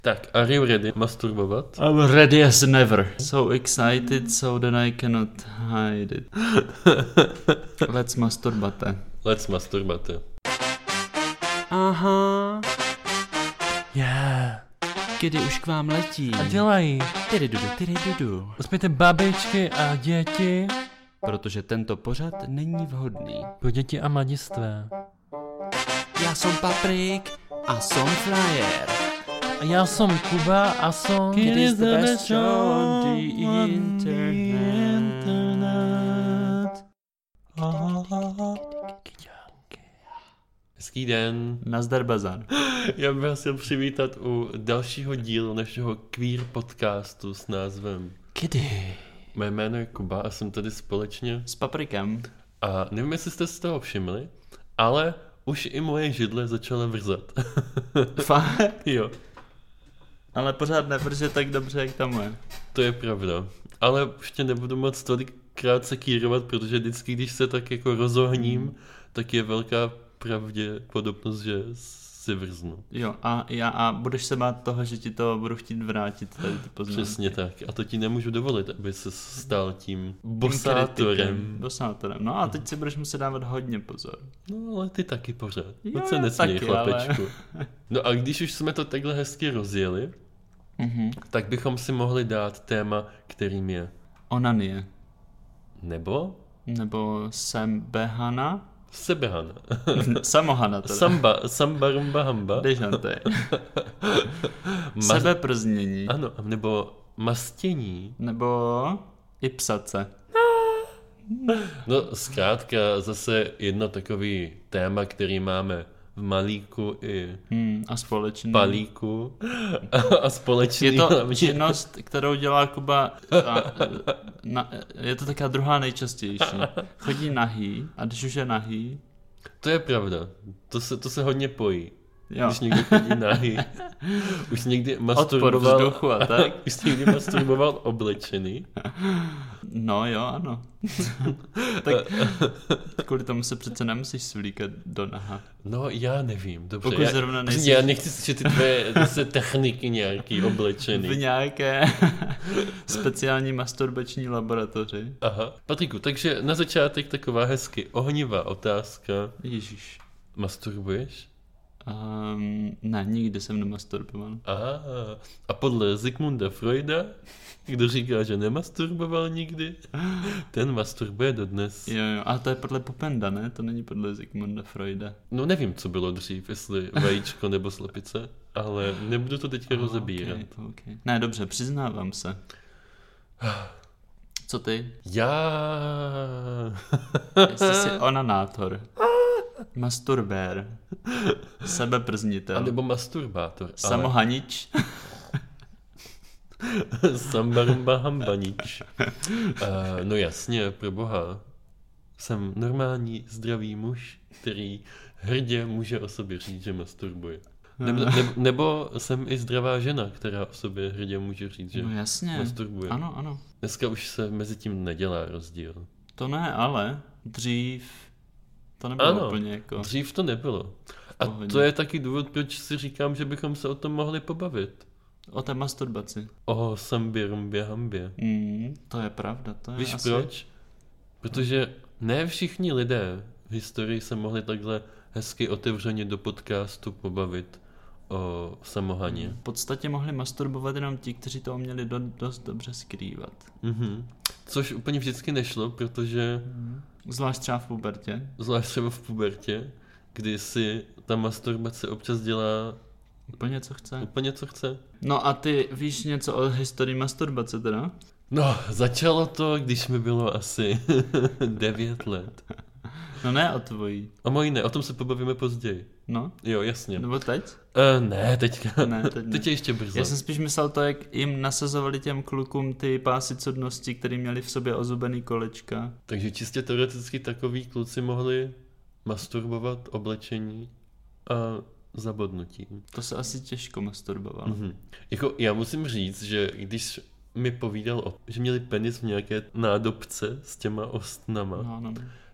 Tak, are you ready masturbovat? I'm ready as never. So excited so that I cannot hide it. Let's masturbate. Let's masturbate. Aha. Kdy už k vám letí. A dělají. Tyry-dudu. Uspějte babičky a děti. Protože tento pořad není vhodný. Pro děti a mladistvé. Já jsem Paprik a jsem Flyer. A já jsem Kuba a jsem It is the best show on the internet. Hezký den. Nazdar bazar. Já bych vás chtěl přivítat u dalšího dílu našeho queer podcastu s názvem Kdy? Mé jméno je Kuba a jsem tady společně S Paprikem. a nevím, jestli jste si toho všimli, ale už i moje židle začaly vrzat. Fakt? Jo, Ale pořád nevrže tak dobře, jak tam je. to je pravda. Ale už tě nebudu moc tolikrát sekírovat, protože vždycky, když se tak jako rozohním, tak je velká pravděpodobnost, že si vrznu. Jo, a budeš se bát toho, že ti to budu chtít vrátit tady ty poznámky. Přesně tak. A to ti nemůžu dovolit, aby se stal tím bosátorem. Bosátorem. No a teď si budeš muset dávat hodně pozor. No ale ty taky pořád. Jo, Moc se já nesměj, taky, chlapečku. No a když už jsme to takhle hezky rozjeli, tak bychom si mohli dát téma, kterým je Onanie. nebo Nebo Sembehana. sebehana. Samohana teda. Samba rumba hamba. Dejžante. Sebeprznění. Ano, nebo mastění. Nebo i psace. No zkrátka zase jedno takový téma, který máme v malíku i A společný. palíku a společný. Je to hlavně. činnost, kterou dělá Kuba, je to taková druhá nejčastější. Chodí nahý a když už je nahý, To je pravda. To se hodně pojí. jo, Když někdo chodí nahý. Už někdy odpor masturboval. vzduchu a tak. Už někdy masturboval oblečený. No jo, ano. Tak kvůli tomu se přece nemusíš svlíkat do naha. No já nevím. Dobře. Pokud zrovna nejsi Já nechci slyšet ty tvé zase techniky nějaký v oblečený. nějaké speciální masturbační laboratoři. Aha. Patriku, takže na začátek taková hezky ohnivá otázka. Ježíš. Masturbuješ? Ne, nikdy jsem nemasturboval. Aha. A podle Sigmunda Freuda, kdo říká, že nemasturboval nikdy, ten masturbuje dodnes. Jo, a to je podle Popenda, ne? To není podle Sigmunda Freuda. No nevím, co bylo dřív, jestli vajíčko nebo slepice, ale nebudu to teďka rozebírat. Okay. Ne, dobře, přiznávám se. Co ty? Já... Jestli jsi onanátor, masturbér, sebeprznitel, A nebo masturbátor. samohanič, Sambarumba hambanič. No jasně, pro boha. Jsem normální, zdravý muž, který hrdě může o sobě říct, že masturbuje. Nebo jsem i zdravá žena, která o sobě hrdě může říct, že no jasně, masturbuje. ano. Dneska už se mezi tím nedělá rozdíl. To ne, ale dřív to nebylo Ano, úplně jako... dřív to nebylo. A pohodě. to je taky důvod, proč si říkám, že bychom se o tom mohli pobavit. O té masturbaci. O sambě, rumbě, hambě. To je pravda, to je Víš asi... proč? Protože ne všichni lidé v historii se mohli takhle hezky otevřeně do podcastu pobavit o samohaně. V podstatě mohli masturbovat jenom ti, kteří to uměli dost dobře skrývat. Což úplně vždycky nešlo, protože Zvlášť třeba v pubertě. zvlášť třeba v pubertě, kdy si ta masturbace občas dělá Úplně co chce. úplně co chce. No a ty víš něco o historii masturbace teda? No, začalo to, když mi bylo asi 9 let. No ne o tvojí. O mojí ne, o tom se pobavíme později. No, Jo, jasně. nebo teď? Ne, teďka. Ne, teď ne. Teď je ještě brzo. Já jsem spíš myslel to, jak jim nasazovali těm klukům ty pásy cudnosti, který měli v sobě ozubený kolečka. Takže čistě teoreticky takový kluci mohli masturbovat oblečení a zabodnutí. To se asi těžko masturbovalo. Jako já musím říct, že když mi povídal, že měli penis v nějaké nádobce s těma ostnama, No.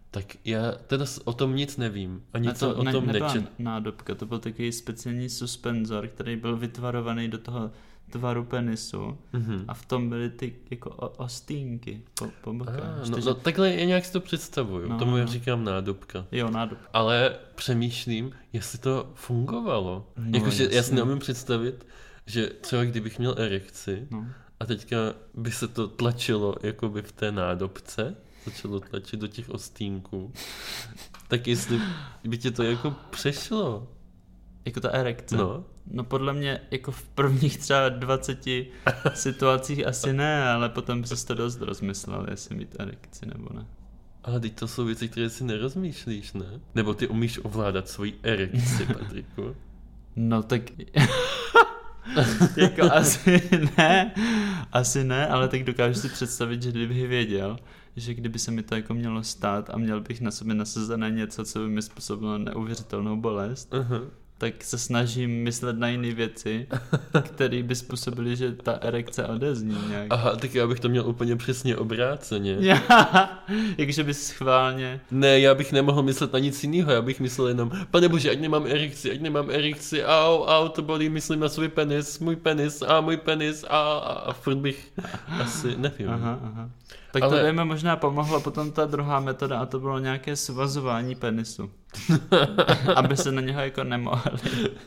Tak já teda o tom nic nevím. Ani co o tom nebyla nečet. nádobka, to byl takový speciální suspenzor, který byl vytvarovaný do toho tvaru penisu a v tom byly ty jako ostýnky po bokách. No takhle je nějak si to představuju. Tomu já říkám nádobka. Jo, nádobka. Ale přemýšlím, jestli to fungovalo. Jakože já si neumím představit, že třeba kdybych měl erekci a teďka by se to tlačilo jakoby v té nádobce, začalo tlačit do těch ostínků, tak jestli by tě to jako přešlo. Jako ta erekce? No podle mě jako v prvních třeba 20 situacích asi ne, ale potom by se to dost rozmyslel, jestli mít erekci nebo ne. Ale teď to jsou věci, které si nerozmýšlíš, ne? Nebo ty umíš ovládat svoji erekci, Patriku? No tak... jako asi ne, ale tak dokážu si představit, že kdybych věděl, že kdyby se mi to jako mělo stát a měl bych na sobě nasazené něco, co by mi způsobilo neuvěřitelnou bolest, tak se snažím myslet na jiné věci, které by způsobily, že ta erekce odezní nějak. Aha, tak já bych to měl úplně přesně obráceně. Jakže bys schválně... Ne, já bych nemohl myslet na nic jiného, já bych myslel jenom, pane bože, ať nemám erekci, au, to bolí, myslím na svůj penis, můj penis, a furt bych asi, nevím. Aha. Tak ale... to by mi možná pomohlo potom ta druhá metoda a to bylo nějaké svazování penisu. Aby se na něho jako nemohli.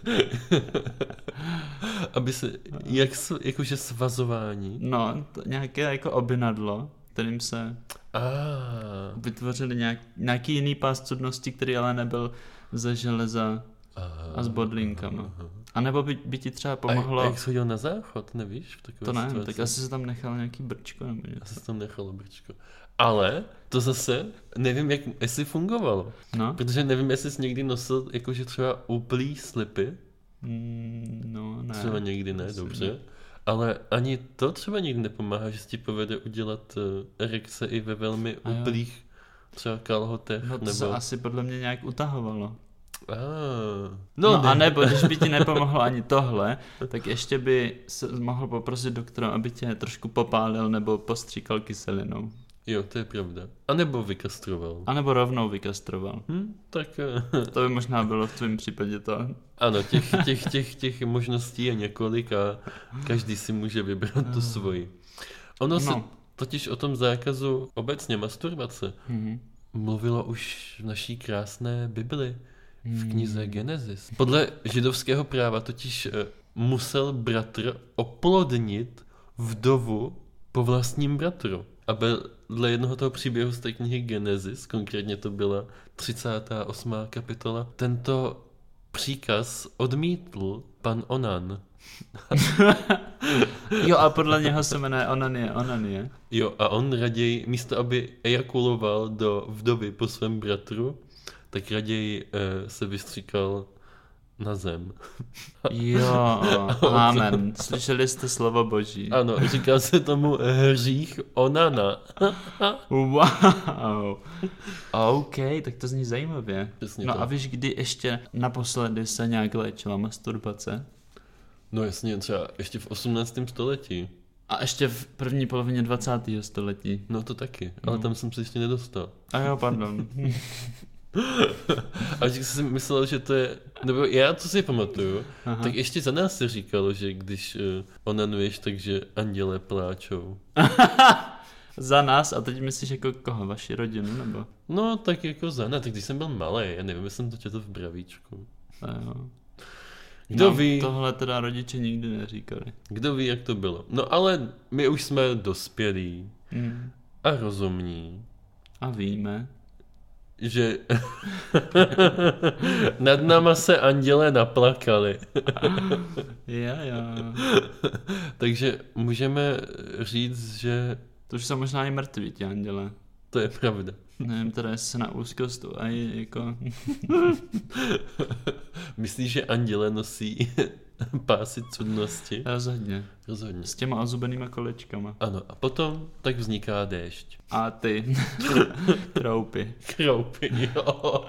Aby se, jakože svazování? No, to nějaké jako obinadlo, kterým se vytvořili nějaký jiný pás cudnosti, který ale nebyl ze železa a s bodlinkama. A nebo by ti třeba pomohlo... A jak jsi chodil na záchod, nevíš? V takové to nevím, situaci? tak asi se tam nechal nějaký brčko nebo něco. Asi se tam nechalo brčko. Ale to zase nevím, jestli fungovalo. No? Protože nevím, jestli jsi někdy nosil jakože třeba úplný slipy. No, ne. Třeba někdy ne, asi dobře. Ne. Ale ani to třeba nikdy nepomáhá, že si ti povede udělat erekce i ve velmi úplných třeba kalhotech. No to nebo... se asi podle mě nějak utahovalo. No a nebo když by ti nepomohlo ani tohle, tak ještě by se mohl poprosit doktora, aby tě trošku popálil nebo postříkal kyselinou. Jo, to je pravda. A nebo vykastroval. A nebo rovnou vykastroval. Tak... To by možná bylo v tvém případě to. Ano, těch možností je několik a každý si může vybrat tu svoji. Ono se totiž o tom zákazu obecně masturbace mluvilo už v naší krásné Bibli. V knize Genesis. Podle židovského práva totiž musel bratr oplodnit vdovu po vlastním bratru. A dle jednoho toho příběhu z té knihy Genesis, konkrétně to byla 38. kapitola, tento příkaz odmítl pan Onan. Jo, a podle něho se jmenuje Onanie. Jo, a on raději, místo aby ejakuloval do vdovy po svém bratru, tak raději se vystříkal na zem. Jo, amen. Slyšeli jste slovo Boží. Ano, říká se tomu hřích onana. Wow. OK, tak to zní zajímavě. Přesně no to. A víš, kdy ještě naposledy se nějak léčila masturbace? No jasně, třeba ještě v 18. století. A ještě v první polovině 20. století. No to taky, ale tam jsem se ještě nedostal. A jo, pardon. A vždycky jsem myslel, že to je, nebo já co si pamatuju, tak ještě za nás se říkalo, že když onanuješ, takže anděle pláčou. Za nás? A teď myslíš jako koho? Vaši rodinu, nebo? No tak jako za nás, tak když jsem byl malý, já nevím, jestli jsem to četl v Bravíčku. Kdo ví? Tohle teda rodiče nikdy neříkali. Kdo ví, jak to bylo. No ale my už jsme dospělí a rozumní. A víme, že nad náma se anděle naplakali. Jo. Takže můžeme říct, že... To už jsou možná i mrtví, ti anděle. To je pravda. Nevím, teda jestli se na úzkost a jako... Myslíš, že anděle nosí pásy cudnosti? Rozhodně. S těma ozubenýma kolečkama. Ano, a potom tak vzniká déšť. A ty. Kroupy, jo.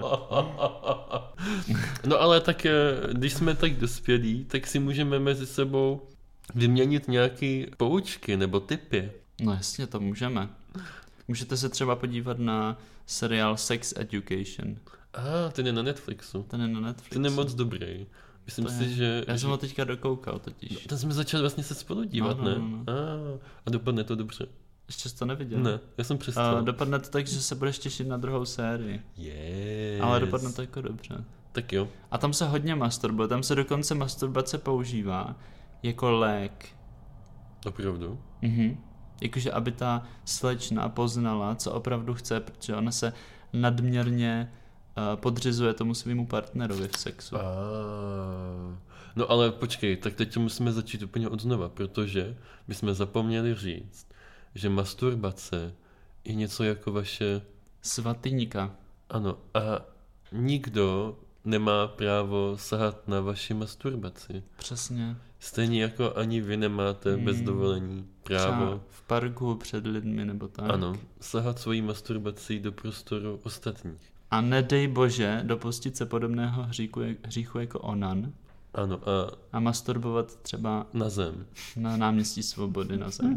No ale tak, když jsme tak dospělí, tak si můžeme mezi sebou vyměnit nějaký poučky nebo tipy. No jasně, to můžeme. Můžete se třeba podívat na seriál Sex Education. Ten je na Netflixu. Ten je moc dobrý. Myslím si, že... Já jsem ho teďka dokoukal totiž. No, ten jsme začali vlastně se spolu dívat, ne? A dopadne to dobře. Ještě jsi to neviděl? Ne, já jsem přestal. Dopadne to tak, že se budeš těšit na druhou sérii. Ale dopadne to jako dobře. Tak jo. A tam se hodně masturbuje, tam se dokonce masturbace používá jako lék. Opravdu? Jakože aby ta slečna poznala, co opravdu chce, protože ona se nadměrně podřizuje tomu svému partnerovi v sexu. No ale počkej, tak teď musíme začít úplně od znova, protože my jsme zapomněli říct, že masturbace je něco jako vaše... svatyňka. Ano, a nikdo nemá právo sahat na vaši masturbaci. Přesně. Stejně jako ani vy nemáte bez dovolení právo... Třeba v parku před lidmi nebo tak. Ano, sahat svojí masturbací do prostoru ostatních. A nedej bože dopustit se podobného hříchu jako onan. Ano, a masturbovat třeba na zem. Na náměstí Svobody na zem.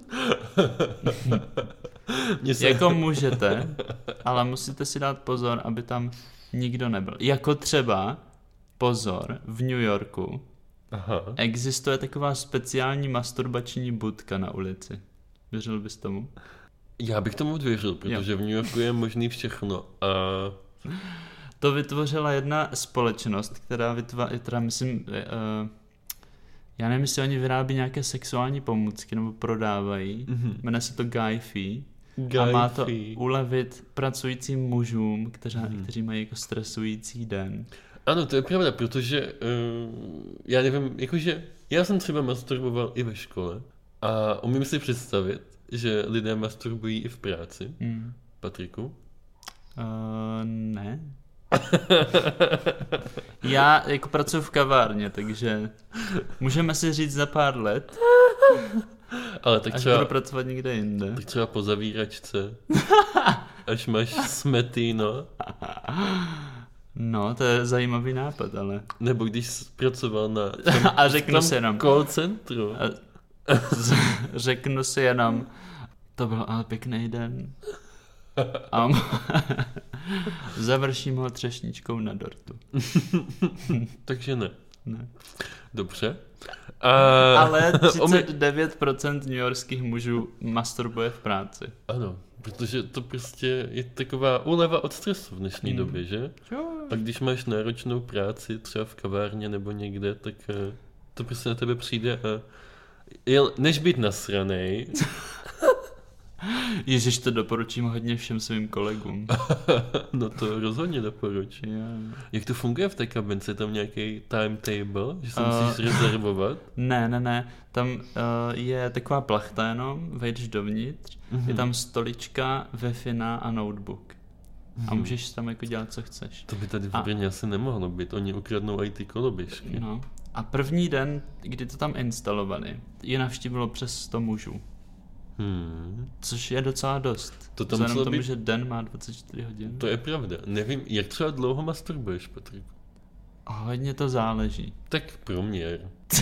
Jako můžete, ale musíte si dát pozor, aby tam nikdo nebyl. Jako třeba, pozor, v New Yorku existuje taková speciální masturbační budka na ulici. Věřil bys tomu? Já bych tomu věřil, protože v New Yorku je možný všechno. To vytvořila jedna společnost, která myslím, já nevím, jestli oni vyrábí nějaké sexuální pomůcky nebo prodávají. Jmenuje se to Guy-Fi. A má to ulevit pracujícím mužům, kteří mají jako stresující den. Ano, to je pravda, protože já nevím, jakože já jsem třeba masturboval i ve škole a umím si představit, že lidé masturbují i v práci. Patriku? Ne. Já jako pracuji v kavárně, takže můžeme si říct za pár let. Ale tak až třeba, budu pracovat někde jinde. Tak třeba po zavíračce. Až máš smetý, no. No, to je zajímavý nápad, ale... Nebo když jsi pracoval na a řeknu si jenom call centru. Řeknu si jenom, to byl ale pěkný den. A završím ho třešničkou na dortu. Takže ne. Dobře. Ale 39% newyorských mužů masturbuje v práci. Ano, protože to prostě je taková úleva od stresu v dnešní době, že? A když máš náročnou práci třeba v kavárně nebo někde, tak to prostě na tebe přijde a než být nasranej. Ježiš, to doporučím hodně všem svým kolegům. No to rozhodně doporučím. Yeah. Jak to funguje v té kabince? Je tam nějaký timetable, že se musíš rezervovat? Ne. Tam je taková plachta jenom, vejdeš dovnitř, je tam stolička, Wi-Fi a notebook. A můžeš tam jako dělat, co chceš. To by tady v Brně asi nemohlo být, oni ukradnou IT koloběžky. No. A první den, kdy to tam instalovali, je navštívilo přes 100 mužů. Což je docela dost. To tam vzhledem tomu, že den má 24 hodin. To je pravda. Nevím, jak třeba dlouho masturbuješ, Patriku? Hodně to záleží. Tak průměr.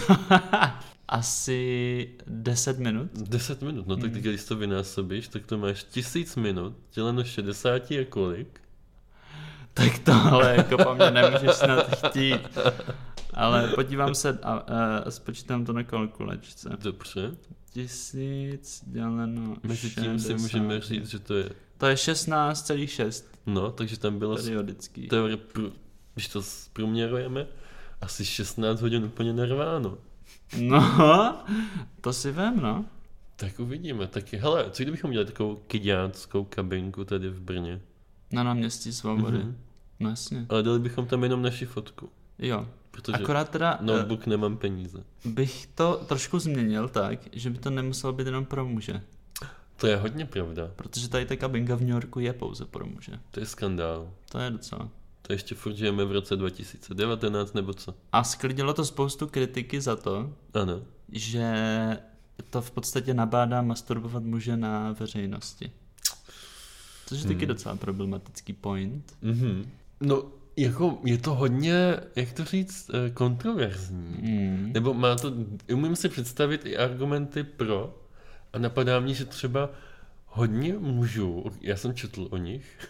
Asi 10 minut. 10 minut, no tak když to vynásobíš, tak to máš 1000 minut, děleno 60 je kolik? Tak to ale jako po mně nemůžeš snad chtít. Ale podívám se a spočítám to na kalkulačce. Dobře. 1000 děleno 60. Mezi tím si můžeme říct, že to je... To je 16,6. No, takže tam bylo... Periodický. Když to zprůměrujeme, asi 16 hodin úplně narváno. No, to si vem, no. Tak uvidíme. Tak hele, co kdybychom dělali takovou kyďáckou kabinku tady v Brně? Na náměstí Svobody. No jasně. Ale dali bychom tam jenom naši fotku. Jo. Protože akorát teda notebook nemám peníze. Bych to trošku změnil tak, že by to nemuselo být jenom pro muže. To je hodně pravda. Protože tady ta kabinka v New Yorku je pouze pro muže. To je skandál. To je docela. To ještě furt žijeme v roce 2019 nebo co? A sklidilo to spoustu kritiky za to, ano, že to v podstatě nabádá masturbovat muže na veřejnosti. Což je taky docela problematický point. No, jako je to hodně, jak to říct, kontroverzní. Nebo umím si představit i argumenty pro a napadá mě, že třeba hodně mužů, já jsem četl o nich,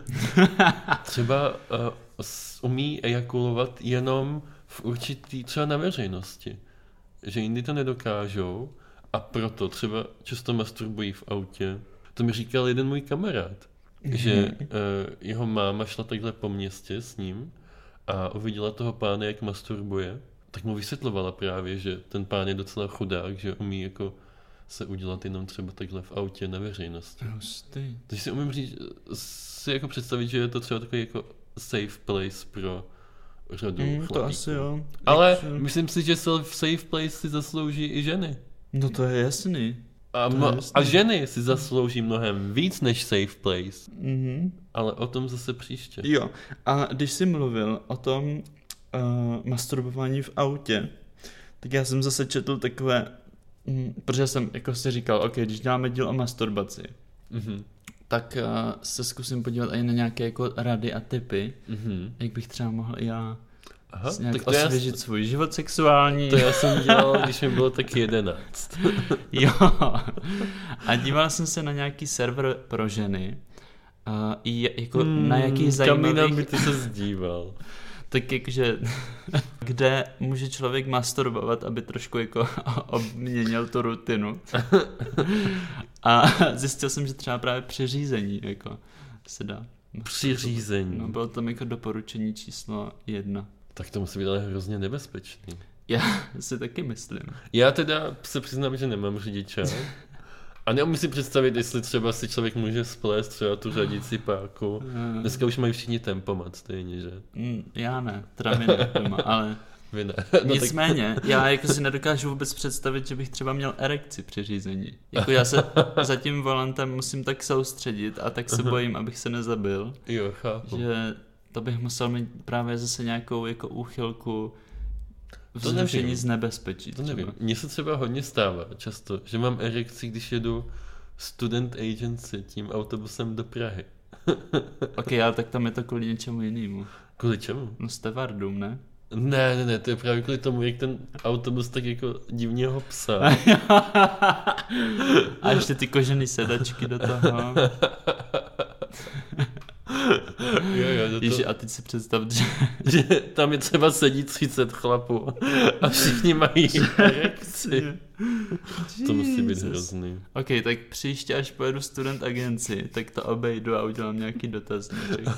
třeba umí ejakulovat jenom v určitý, třeba na veřejnosti. Že jindy to nedokážou a proto třeba často masturbují v autě. To mi říkal jeden můj kamarád, že jeho máma šla takhle po městě s ním a uviděla toho pána, jak masturbuje. Tak mu vysvětlovala právě, že ten pán je docela chudák, že umí jako se udělat jenom třeba takhle v autě na veřejnosti. Hustý. Takže si umím říct, si jako představit, že je to třeba takový jako safe place pro řadu chlapíků. To asi jo. Ale myslím si, že safe place si zaslouží i ženy. No to je jasný. A ženy si zaslouží mnohem víc než safe place. Mm-hmm. Ale o tom zase příště. Jo. A když jsi mluvil o tom masturbování v autě, tak já jsem zase četl takové, protože jsem jako si říkal, ok, když děláme díl o masturbaci, tak se zkusím podívat i na nějaké jako rady a tipy, jak bych třeba mohl i já nějak osvěžit svůj život sexuální. To já jsem dělal, když mi bylo tak 11. Jo. A díval jsem se na nějaký server pro ženy. I jako na jaký zajímavých... Kam jinam by ty se zdíval? Tak jakože, kde může člověk masturbovat, aby trošku jako obměnil tu rutinu. A zjistil jsem, že třeba právě při řízení jako se dá. Při řízení? No, bylo tam jako doporučení číslo 1. Tak to musí být ale hrozně nebezpečný. Já si taky myslím. Já teda se přiznám, že nemám řidiče. A neumím si představit, jestli třeba si člověk může splést třeba tu řadící páku. Dneska už mají všichni tempomat stejně, že? Já ne, teda mi ne doma, ale... Vy ne. No nicméně, tak... já jako si nedokážu vůbec představit, že bych třeba měl erekci při řízení. Jako já se za tím volantem musím tak soustředit a tak se bojím, abych se nezabil. Jo, chápu. Že to bych musel mít právě zase nějakou jako úchylku vzdušení z nebezpečí. To nevím. Mně se třeba hodně stává často, že mám erekci, když jedu student agency tím autobusem do Prahy. Ok, ale tak tam je to kvůli něčemu jinému. Kvůli čemu? No stevardům, ne? Ne, to je právě kvůli tomu, jak ten autobus tak jako divně ho psá. A ještě ty kožený sedačky do toho. Jo, Ježi, a teď si představ, že tam je třeba sedí 30 chlapů a všichni mají erekci. To musí být hrozný. Ok, tak příště, až pojedu student agenci, tak to obejdu a udělám nějaký dotazníček.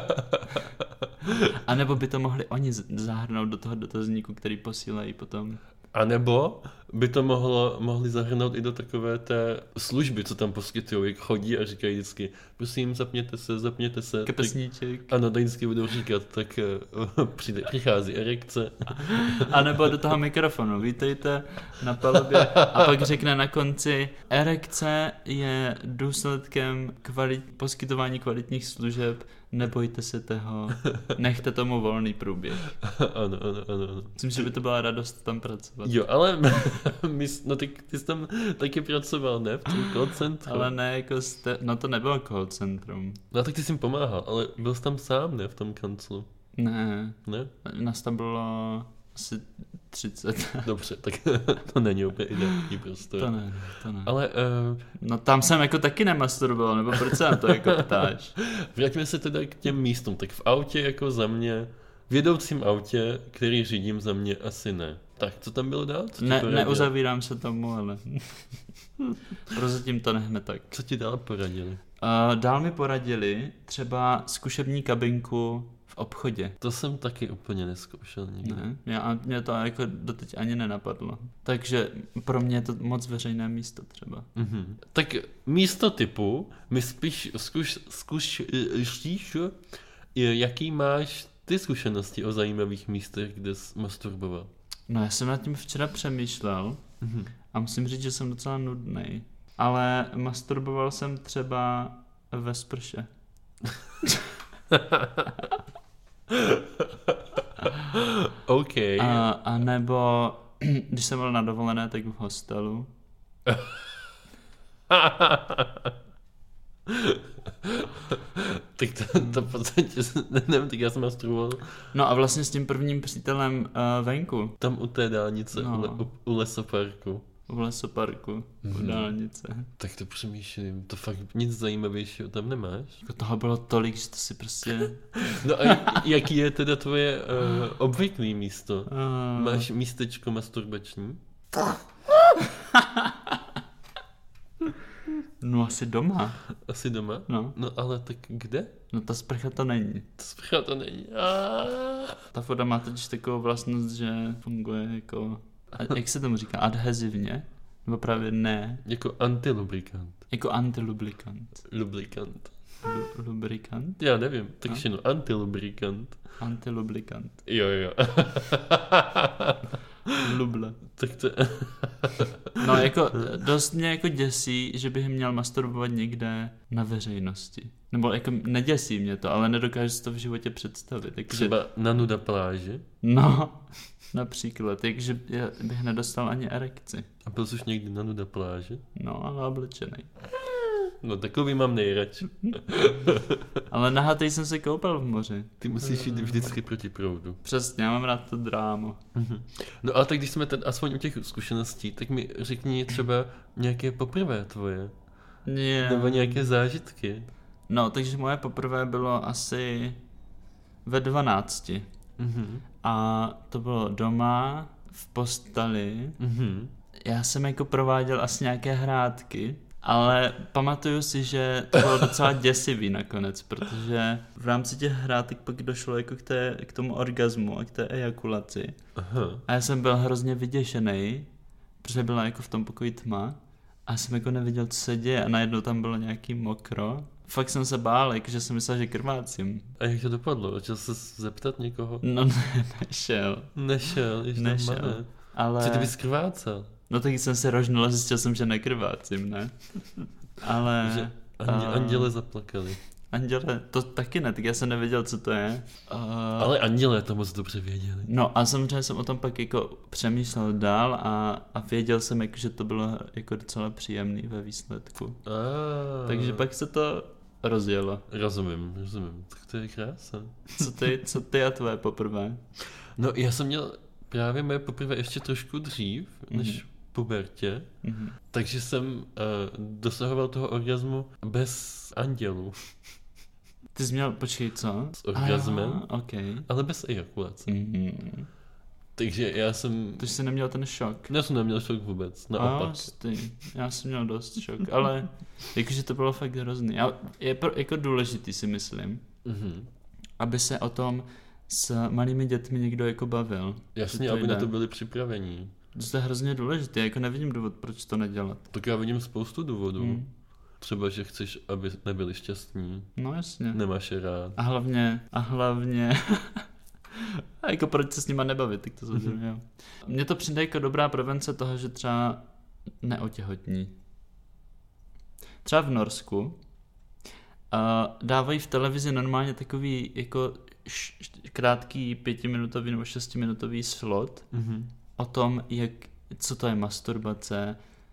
A nebo by to mohli oni zahrnout do toho dotazníku, který posílají potom. A nebo by to mohli zahrnout i do takové té služby, co tam poskytují, jak chodí a říkají vždycky, prosím, zapněte se. Kapesníček. Tak, ano, tak vždycky budou říkat, tak přichází erekce. A nebo do toho mikrofonu, vítejte na palubě. A pak řekne na konci, erekce je důsledkem poskytování kvalitních služeb, nebojte se toho, nechte tomu volný průběh. Ano. Myslím, že by to byla radost tam pracovat. Jo, ale no ty jsi tam taky pracoval, ne? V tom call centru. Ale ne, jako no to nebylo call centrum. No tak ty jsi jim pomáhal, ale byl jsi tam sám, ne? V tom kanclu. Ne? Nás tam bylo asi 30. Dobře, tak to není úplně ideální prostor. To ne. Ale... No tam jsem jako taky nemasturboval, nebo proč se na to jako ptáš? Vraťme se teda k těm místům. Tak v autě jako za mě, v jedoucím autě, který řídím, za mě asi ne. Tak, co tam bylo dál? Neuzavírám se tomu, ale prozatím to nechme tak. Co ti dál poradili? Dál mi poradili třeba zkušební kabinku v obchodě. To jsem taky úplně neskoušel nikdy. Ne, mě to jako doteď ani nenapadlo. Takže pro mě je to moc veřejné místo třeba. Tak místo typu, my spíš zkusíš, jaký máš ty zkušenosti o zajímavých místech, kde jsi masturboval? No já jsem nad tím včera přemýšlel a musím říct, že jsem docela nudnej. Ale masturboval jsem třeba ve sprše. OK. A nebo když jsem byl na dovolené, tak v hostelu. Tak to v podstatě, nevím, tak já jsem masturboval. No a vlastně s tím prvním přítelem venku. Tam u té dálnice, u lesoparku. v lesoparku, u dálnice. Tak to přemýšlím, to fakt nic zajímavějšího tam nemáš? Jako toho bylo tolik, že to si prostě... No a jaký je teda tvoje obvyklý místo? Máš místečko masturbační? No asi doma. Asi doma? No. No ale tak kde? No ta sprcha to není. Ta sprcha to není. Ta voda má totiž takovou vlastnost, že funguje jako... Jak se tomu říká? Adhezivně? Nebo právě ne? Jako antilubrikant. Jako antilublikant. Lubrikant. Lubrikant? Já nevím, takže no, antilubrikant. Antilublikant. Jo. Luble. Tak to... No jako dost mě jako děsí, že bych měl masturbovat někde na veřejnosti. Nebo jako neděsí mě to, ale nedokážu si to v životě představit. Takže... Třeba na nuda pláži? No, například, takže já bych nedostal ani erekci. A byl jsi už někdy na nuda pláži? No, ale oblečenej. No takový mám nejradši. Ale nahatej jsem se koupal v moři. Ty musíš jít vždycky proti proudu. Přesně, já mám rád to drámo. No ale tak když jsme ten aspoň u těch zkušeností, tak mi řekni třeba nějaké poprvé tvoje. Nebo nějaké zážitky. No, takže moje poprvé bylo asi ve 12. A to bylo doma, v posteli. Já jsem jako prováděl asi nějaké hrátky, ale pamatuju si, že to bylo docela děsivý nakonec, protože v rámci těch hrátek pak došlo jako k tomu orgazmu a k té ejakulaci. Aha. A já jsem byl hrozně vyděšenej, protože byla jako v tom pokoji tma a já jsem jako neviděl, co se děje a najednou tam bylo nějaký mokro. Fakt jsem se bál, že jsem myslel, že krvácím. A jak to dopadlo? Chtěl jsi zeptat někoho? No ne, nešel. Ale... Co ty bys krvácel? No tak jsem se rožnul a zjistil jsem, že nekrvácím, ne? Ale... Že anděle zaplakali. Anděle, to taky ne, tak já jsem nevěděl, co to je. Ale anděle to moc dobře věděli. No a samozřejmě jsem o tom pak jako přemýšlel dál a věděl jsem, jako, že to bylo jako docela příjemný ve výsledku. Takže pak se to rozjelo. Rozumím. Tak to je krása. Co ty a tvoje poprvé? No já jsem měl právě moje poprvé ještě trošku dřív, než pubertě, takže jsem dosahoval toho orgazmu bez andělů. Ty jsi měl, počkej, co? S orgazmem, okay. Ale bez ejakulace. Takže já jsem... Takže jsi neměl ten šok. Já jsem neměl šok vůbec, naopak. Já jsem měl dost šok, ale jakože to bylo fakt hrozný. Je jako důležitý, si myslím, aby se o tom s malými dětmi někdo jako bavil. Jasně, aby na to byli připravení. To je hrozně důležité, jako nevidím důvod, proč to nedělat. Tak já vidím spoustu důvodů. Třeba, že chceš, aby nebyli šťastní. No jasně. Nemáš je rád. A hlavně... a jako proč se s nima nebavit, tak to samozřejmě, jo. Mně to přijde jako dobrá prevence toho, že třeba neotěhotní. Třeba v Norsku dávají v televizi normálně takový jako krátký 5minutový nebo 6minutový slot o tom, co to je masturbace,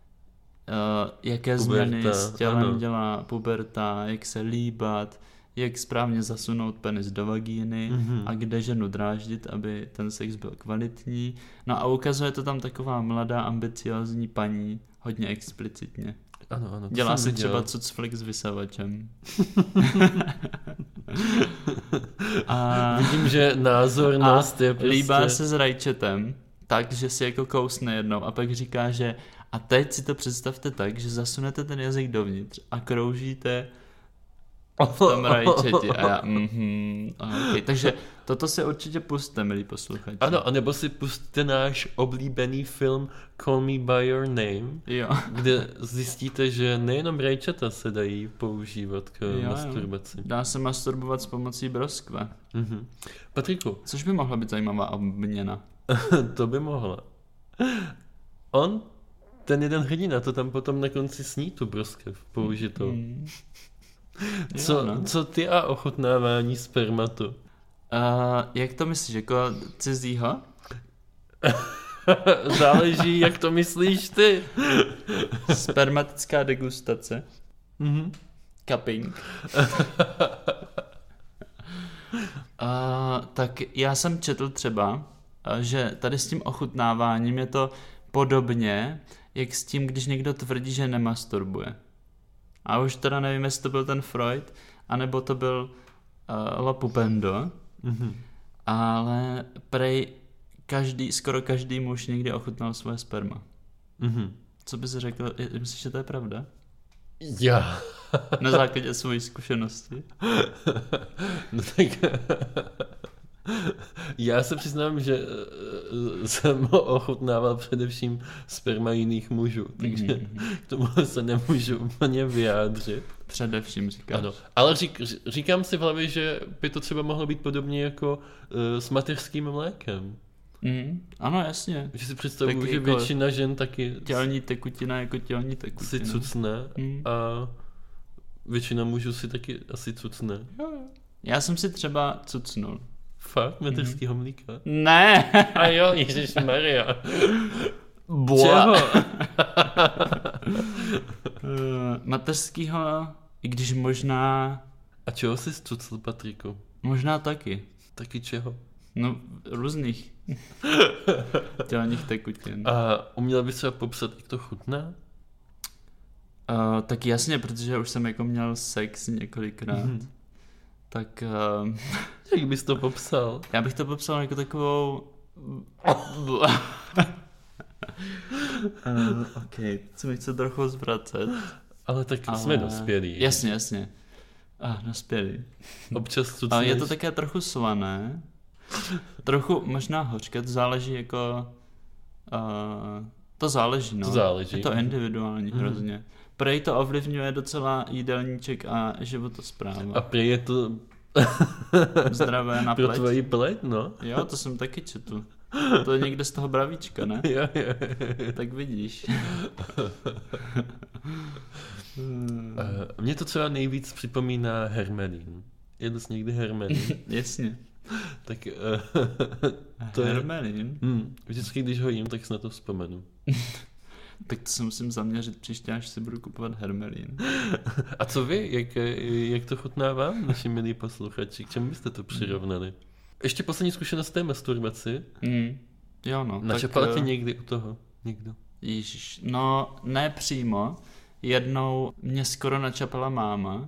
jaké změny s tělem dělá puberta, jak se líbat, jak správně zasunout penis do vagíny a kde ženu dráždit, aby ten sex byl kvalitní. No a ukazuje to tam taková mladá, ambiciozní paní, hodně explicitně. Ano, dělá si třeba cucflek s vysavačem. A vidím, že názornost je prostě... líbá se s rajčetem, tak, že si jako kousne jednou a pak říká, že a teď si to představte tak, že zasunete ten jazyk dovnitř a kroužíte v tom rajčeti. A já, okay. Takže toto si určitě pusťte, milí posluchači. Ano, anebo si pusťte náš oblíbený film Call Me By Your Name, kde zjistíte, že nejenom rajčata se dají používat k masturbaci. Dá se masturbovat s pomocí broskve. Patriku. Což by mohla být zajímavá obměna. To by mohla. Ten jeden hrdina, to tam potom na konci sní tu broskev použitou. Co ty a ochutnávání spermatu? Jak to myslíš, jako cizího? Záleží, jak to myslíš ty. Spermatická degustace. Cupping. Tak já jsem četl třeba, že tady s tím ochutnáváním je to podobně, jak s tím, když někdo tvrdí, že nemasturbuje. A už teda nevím, jestli to byl ten Freud, anebo to byl Lapupendo, ale prej skoro každý muž někdy ochutnal svoje sperma. Co bys řekl, myslíš, že to je pravda? Já. Na základě svojí zkušenosti? No tak... Já se přiznám, že jsem ochutnával především sperma jiných mužů, takže k tomu se nemůžu úplně vyjádřit. Především říkáš. Ano, ale říkám si v hlavě, že by to třeba mohlo být podobně jako s mateřským mlékem. Ano, jasně. Že si představuju, tak že jako většina žen taky tělní tekutina jako tělní tekutina. si cucne a většina mužů si taky asi cucne. Já jsem si třeba cucnul. Fakt? Mateřskýho mlíka? Ne! A jo, ježišmarja. Čeho? Mateřskýho, i když možná... A čeho jsi cucl, Patriku? Možná taky. Taky čeho? No, různých tělních tekutin. A uměla bys třeba popsat, jak to chutná? Tak jasně, protože už jsem jako měl sex několikrát. Tak... Jak bys to popsal? Já bych to popsal jako takovou... OK, co mi chce trochu zvracet. Ale tak jsme dospělí. Jasně. Dospělí. Občas cucneš. Ale je to také trochu slané. Trochu možná hořké, to záleží jako... to záleží, no. To záleží. Je to individuální hrozně. Prej to ovlivňuje docela jídelníček a životospráva. A prej je to... Zdravé na pleť. Pro tvoji pleť, no. Jo, to jsem taky četl. To je někde z toho bravíčka, ne? Jo. Tak vidíš. Mně to třeba nejvíc připomíná hermelín. Jedl jsi někdy hermelín? Jasně. Tak to hermelín? Vždycky, když ho jím, tak si na to vzpomenu. Tak to se musím zaměřit příště, až si budu kupovat hermelín. A co vy? Jak to chutná vám, naši milí posluchači? K čemu byste to přirovnali? Ještě poslední zkušenost té masturbaci. Jo, no. Načapala tě někdy u toho? Někdo? Ježiš, no ne přímo. Jednou mě skoro načapala máma,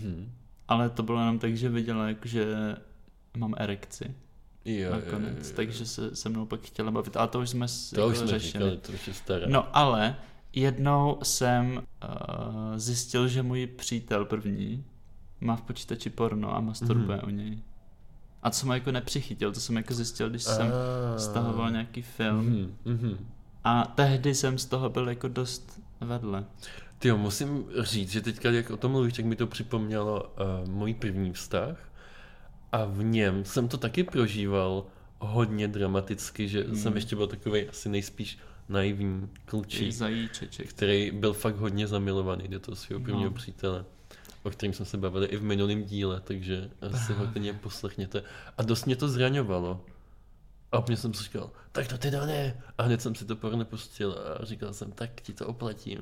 ale to bylo jenom tak, že viděla, že mám erekci. Nakonec, takže se mnou pak chtěla bavit. A to už jsme řešili. Říkali, to už je staré. No ale jednou jsem zjistil, že můj přítel první má v počítači porno a masturbuje u něj. A co jsem jako nepřichytil, to jsem jako zjistil, když jsem stahoval nějaký film. A tehdy jsem z toho byl jako dost vedle. Tyjo, musím říct, že teďka, jak o tom mluvíš, tak mi to připomnělo můj první vztah. A v něm jsem to taky prožíval hodně dramaticky, že jsem ještě byl takovej asi nejspíš naivní klučík, který byl fakt hodně zamilovaný do toho svého prvního přítele, o kterým jsme se bavili i v minulém díle, takže si ho klidně poslechněte. A dost mě to zraňovalo. A opět jsem si říkal, tak to teda ne. A hned jsem si to porno pustil a říkal jsem, tak ti to oplatím.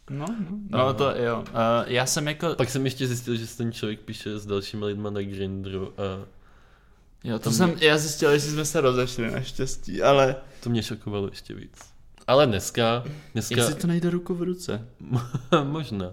No to jo. Já jsem jako... Pak jsem ještě zjistil, že ten člověk píše s dalšíma lidma na Grindru a... Jo, já zjistil, že jsme se rozešli naštěstí, ale... To mě šokovalo ještě víc. Ale dneska... Jestli to nejde ruku v ruce. Možná.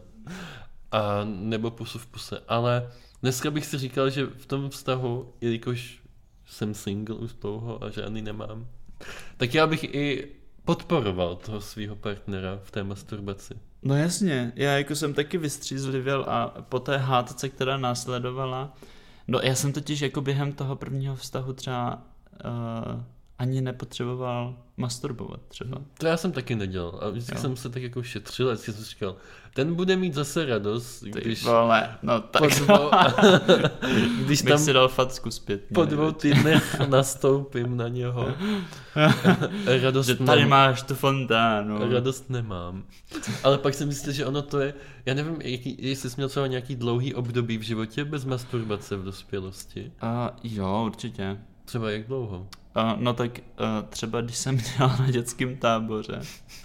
A nebo pusu v puse. Ale dneska bych si říkal, že v tom vztahu, jelikož jsem single už dlouho a žádný nemám, tak já bych i podporoval toho svého partnera v té masturbaci. No jasně, já jako jsem taky vystřízlivěl a po té hádce, která následovala, no já jsem totiž jako během toho prvního vztahu třeba ani nepotřeboval masturbovat třeba. To já jsem taky nedělal a vždycky jsem se tak jako šetřil a vždycky jsem říkal, ten bude mít zase radost, když... Vole, no tak... Když bych si dal facku zpětně. Po 2 týdnech nastoupím na něho. Radost že tady máš tu fontánu. Radost nemám. Ale pak jsem myslel, že ono to je, já nevím, jestli jsi měl třeba nějaký dlouhý období v životě bez masturbace v dospělosti. Jo, určitě. Třeba jak dlouho? No tak třeba když jsem dělal na dětském táboře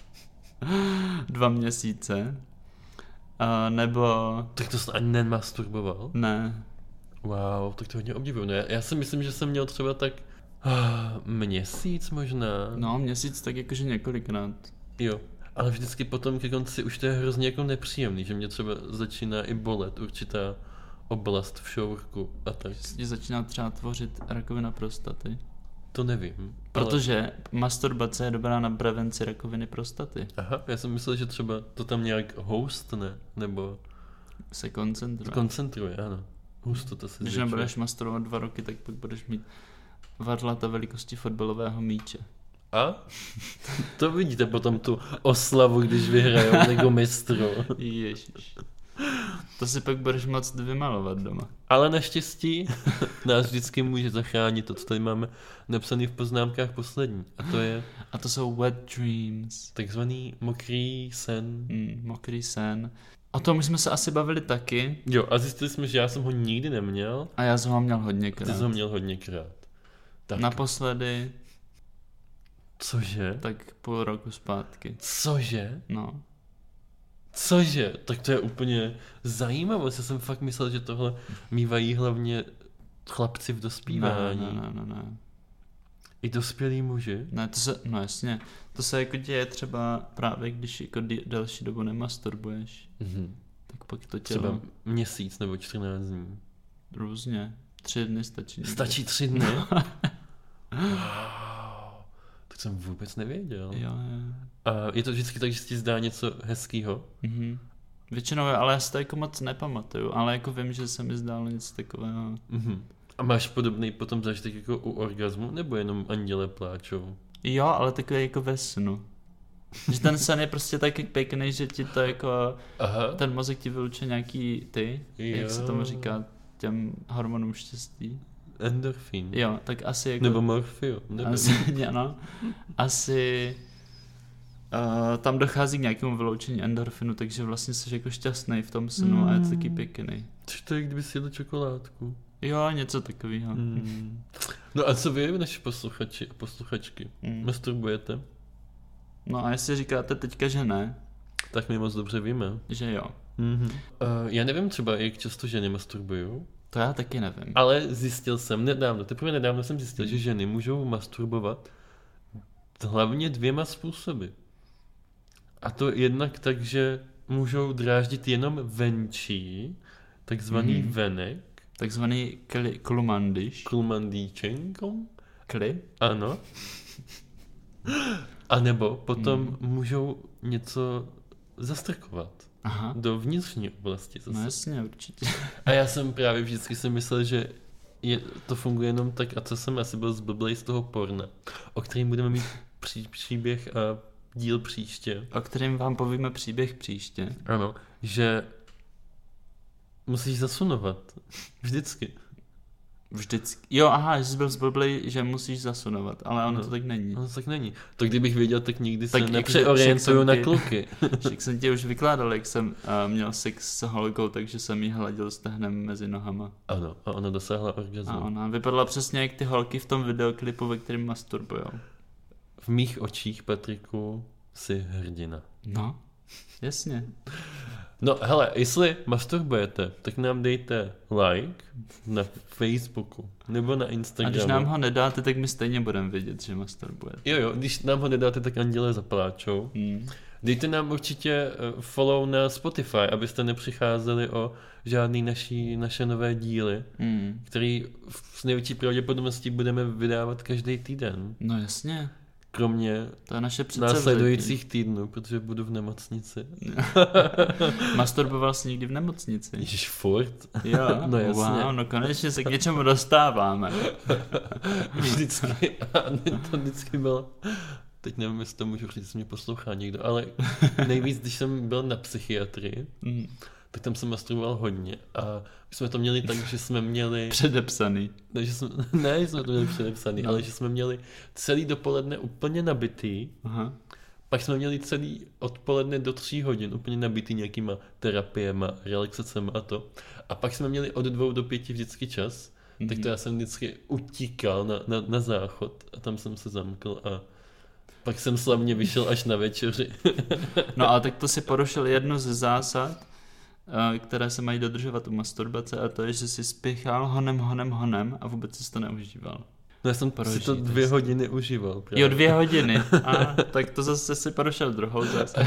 2 měsíce, nebo... Tak to jsi ani nemasturboval? Ne. Wow, tak to hodně obdivuju. Já si myslím, že jsem měl třeba tak měsíc možná. No, měsíc tak jakože několikrát. Jo. Ale vždycky potom ke konci už to je hrozně jako nepříjemný, že mě třeba začíná i bolet určitá oblast v šourku a tak. Že začíná třeba tvořit rakovina prostaty. To nevím. Protože masturbace je dobrá na prevenci rakoviny prostaty. Aha, já jsem myslel, že třeba to tam nějak hostne, nebo se koncentruje. Koncentruje, ano. Hustota se Když zvětšuje. nebudeš masturbovat 2 roky, tak pak budeš mít varlata velikosti fotbalového míče. A? To vidíte potom tu oslavu, když vyhrajou Ligu mistrů. Ježiš. To si pak budeš moct vymalovat doma. Ale naštěstí nás vždycky může zachránit to, co tady máme napsané v poznámkách poslední. A to jsou wet dreams. Takzvaný mokrý sen. Mokrý sen. O tom jsme se asi bavili taky. Jo, a zjistili jsme, že já jsem ho nikdy neměl. A já jsem ho měl hodněkrát. Ty jsi ho měl hodněkrát. Tak. Naposledy. Cože? Tak půl roku zpátky. Cože? No. Cože? Tak to je úplně zajímavost. Já jsem fakt myslel, že tohle mívají hlavně chlapci v dospívání. Ne. I dospělí muži? Ne, no jasně. To se jako děje třeba právě, když jako delší dobu nemasturbuješ. Tak pak to tělo... Třeba měsíc nebo 14 dní. Různě. 3 dny stačí. Stačí 3 dny? Wow. Tak jsem vůbec nevěděl. Jo. A je to vždycky tak, že si ti zdá něco hezkýho? Většinou, ale já si to jako moc nepamatuju, ale jako vím, že se mi zdálo něco takového. A máš podobný potom zážitek jako u orgazmu, nebo jenom anděle pláčou? Jo, ale takový jako ve snu. Že ten sen je prostě tak pěkný, že ti to jako... Aha. Ten mozek ti vylučuje nějaký Jo. jak se tomu říká, těm hormonům štěstí. Endorfín. Jo, tak asi jako... Nebo morfio. Asi tam dochází k nějakému vyloučení endorfinu, takže vlastně jsi jako šťastný v tom snu a je to taky pěkný. To je, kdyby si jedl čokoládku. Jo, něco takového. No a co vy, naši posluchači a posluchačky? Masturbujete? No a jestli říkáte teďka, že ne, tak my moc dobře víme. že jo. Já nevím třeba, jak často ženy masturbují. To já taky nevím. Ale zjistil jsem teprve nedávno jsem zjistil, že ženy můžou masturbovat hlavně 2 způsoby. A to jednak tak, že můžou dráždit jenom venčí, takzvaný venek. Takzvaný klumandiš. Klumandíčenko. Kli? Ano. A nebo potom můžou něco zastrkovat. Aha. Do vnitřní oblasti zase. No jasně, určitě. A já jsem právě vždycky si myslel, že to funguje jenom tak, a co jsem asi byl zblblej z toho porna, o kterým budeme mít příběh a díl příště. O kterým vám povíme příběh příště. Ano, že musíš zasunovat. Vždycky. Jo, aha, že jsi byl zblblej, že musíš zasunovat, ale ono to tak není. Ono to tak není. To kdybych věděl, tak nikdy tak se nepřeorientuju na kluky. Však jsem ti už vykládal, jak jsem měl sex s holkou, takže jsem jí hladil stehnem mezi nohama. Ano, a ona dosáhla orgazmu. A ona vypadala přesně jak ty holky v tom videoklipu, ve kterém masturbujou. V mých očích, Patriku, jsi hrdina. No, jasně. No hele, jestli masturbujete, tak nám dejte like na Facebooku nebo na Instagramu. A když nám ho nedáte, tak my stejně budeme vědět, že masturbujete. Jo, když nám ho nedáte, tak anděle zapláčou. Dejte nám určitě follow na Spotify, abyste nepřicházeli o žádný naše nové díly, který s největší pravděpodobností budeme vydávat každý týden. No jasně. Kromě to je naše následujících týdnů, protože budu v nemocnici. Masturboval jsi někdy v nemocnici? Ježiš, furt. Jo, no jasně. Wow, no konečně se k něčemu dostáváme. Vždycky, to vždycky bylo. Teď nevím, jestli to můžu říct, že mě poslouchá někdo, ale nejvíc, když jsem byl na psychiatrii, tak tam jsem masturboval hodně a my jsme to měli tak, že jsme měli... Předepsaný. Ne, jsme to měli předepsaný, ale že jsme měli celý dopoledne úplně nabitý. Aha. Pak jsme měli celý odpoledne do 3 hodin úplně nabitý nějakýma terapiema, relaxacemi a to. A pak jsme měli od 2 do 5 vždycky čas, tak to já jsem vždycky utíkal na záchod a tam jsem se zamkl a pak jsem slavně vyšel až na večeři. No a tak to si porušil jednu ze zásad, které se mají dodržovat u masturbace, a to je, že si spěchal honem a vůbec si to neužíval. No já jsem si to 2 hodiny užíval. Právě. Jo, 2 hodiny. A tak to zase si prošel druhou zase.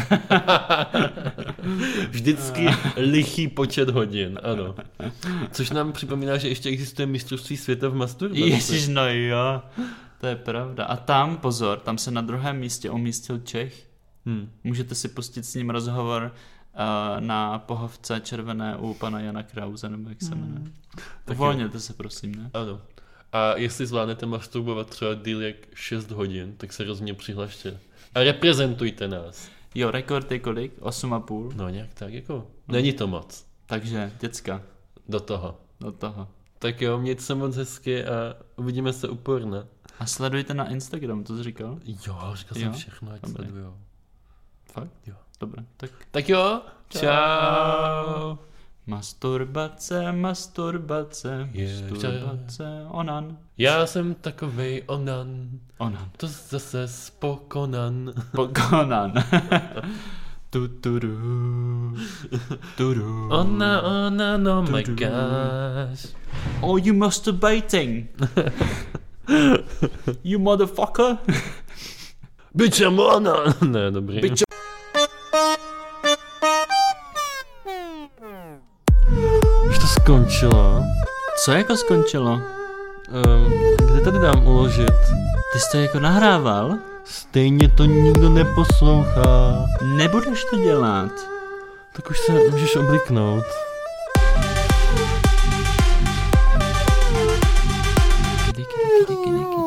Vždycky lichý počet hodin, ano. Což nám připomíná, že ještě existuje mistrovství světa v masturbaci. Ježiš, no jo. To je pravda. A tam, pozor, tam se na druhém místě umístil Čech. Můžete si pustit s ním rozhovor na pohovce červené u pana Jana Krause, nebo jak se jmenuje. Uvolněte se, prosím, ne? Ano. A jestli zvládnete masturbovat třeba díl jak 6 hodin, tak se rozhodně přihlašte. A reprezentujte nás. Jo, rekord je kolik? 8,5? No nějak tak jako. Není to moc. Takže, děcka. Do toho. Tak jo, mějte se moc hezky a uvidíme se u porna. A sledujte na Instagram, to jsi říkal? Jo, říkal jsem všechno, ať sledujou. Fakt? Jo. Dobré, tak jo, čau. Masturbace, onan. Já jsem takovej onan. To zase spokonan. Onan, oh my gosh. Oh, you masturbating. You motherfucker. Bitch, I'm onan. Ne, dobrý. Už to skončilo. Co jako skončilo? Kde tady dám uložit? Ty jsi to jako nahrával? Stejně to nikdo neposlouchá. Nebudeš to dělat. Tak už se můžeš obliknout. Kdy.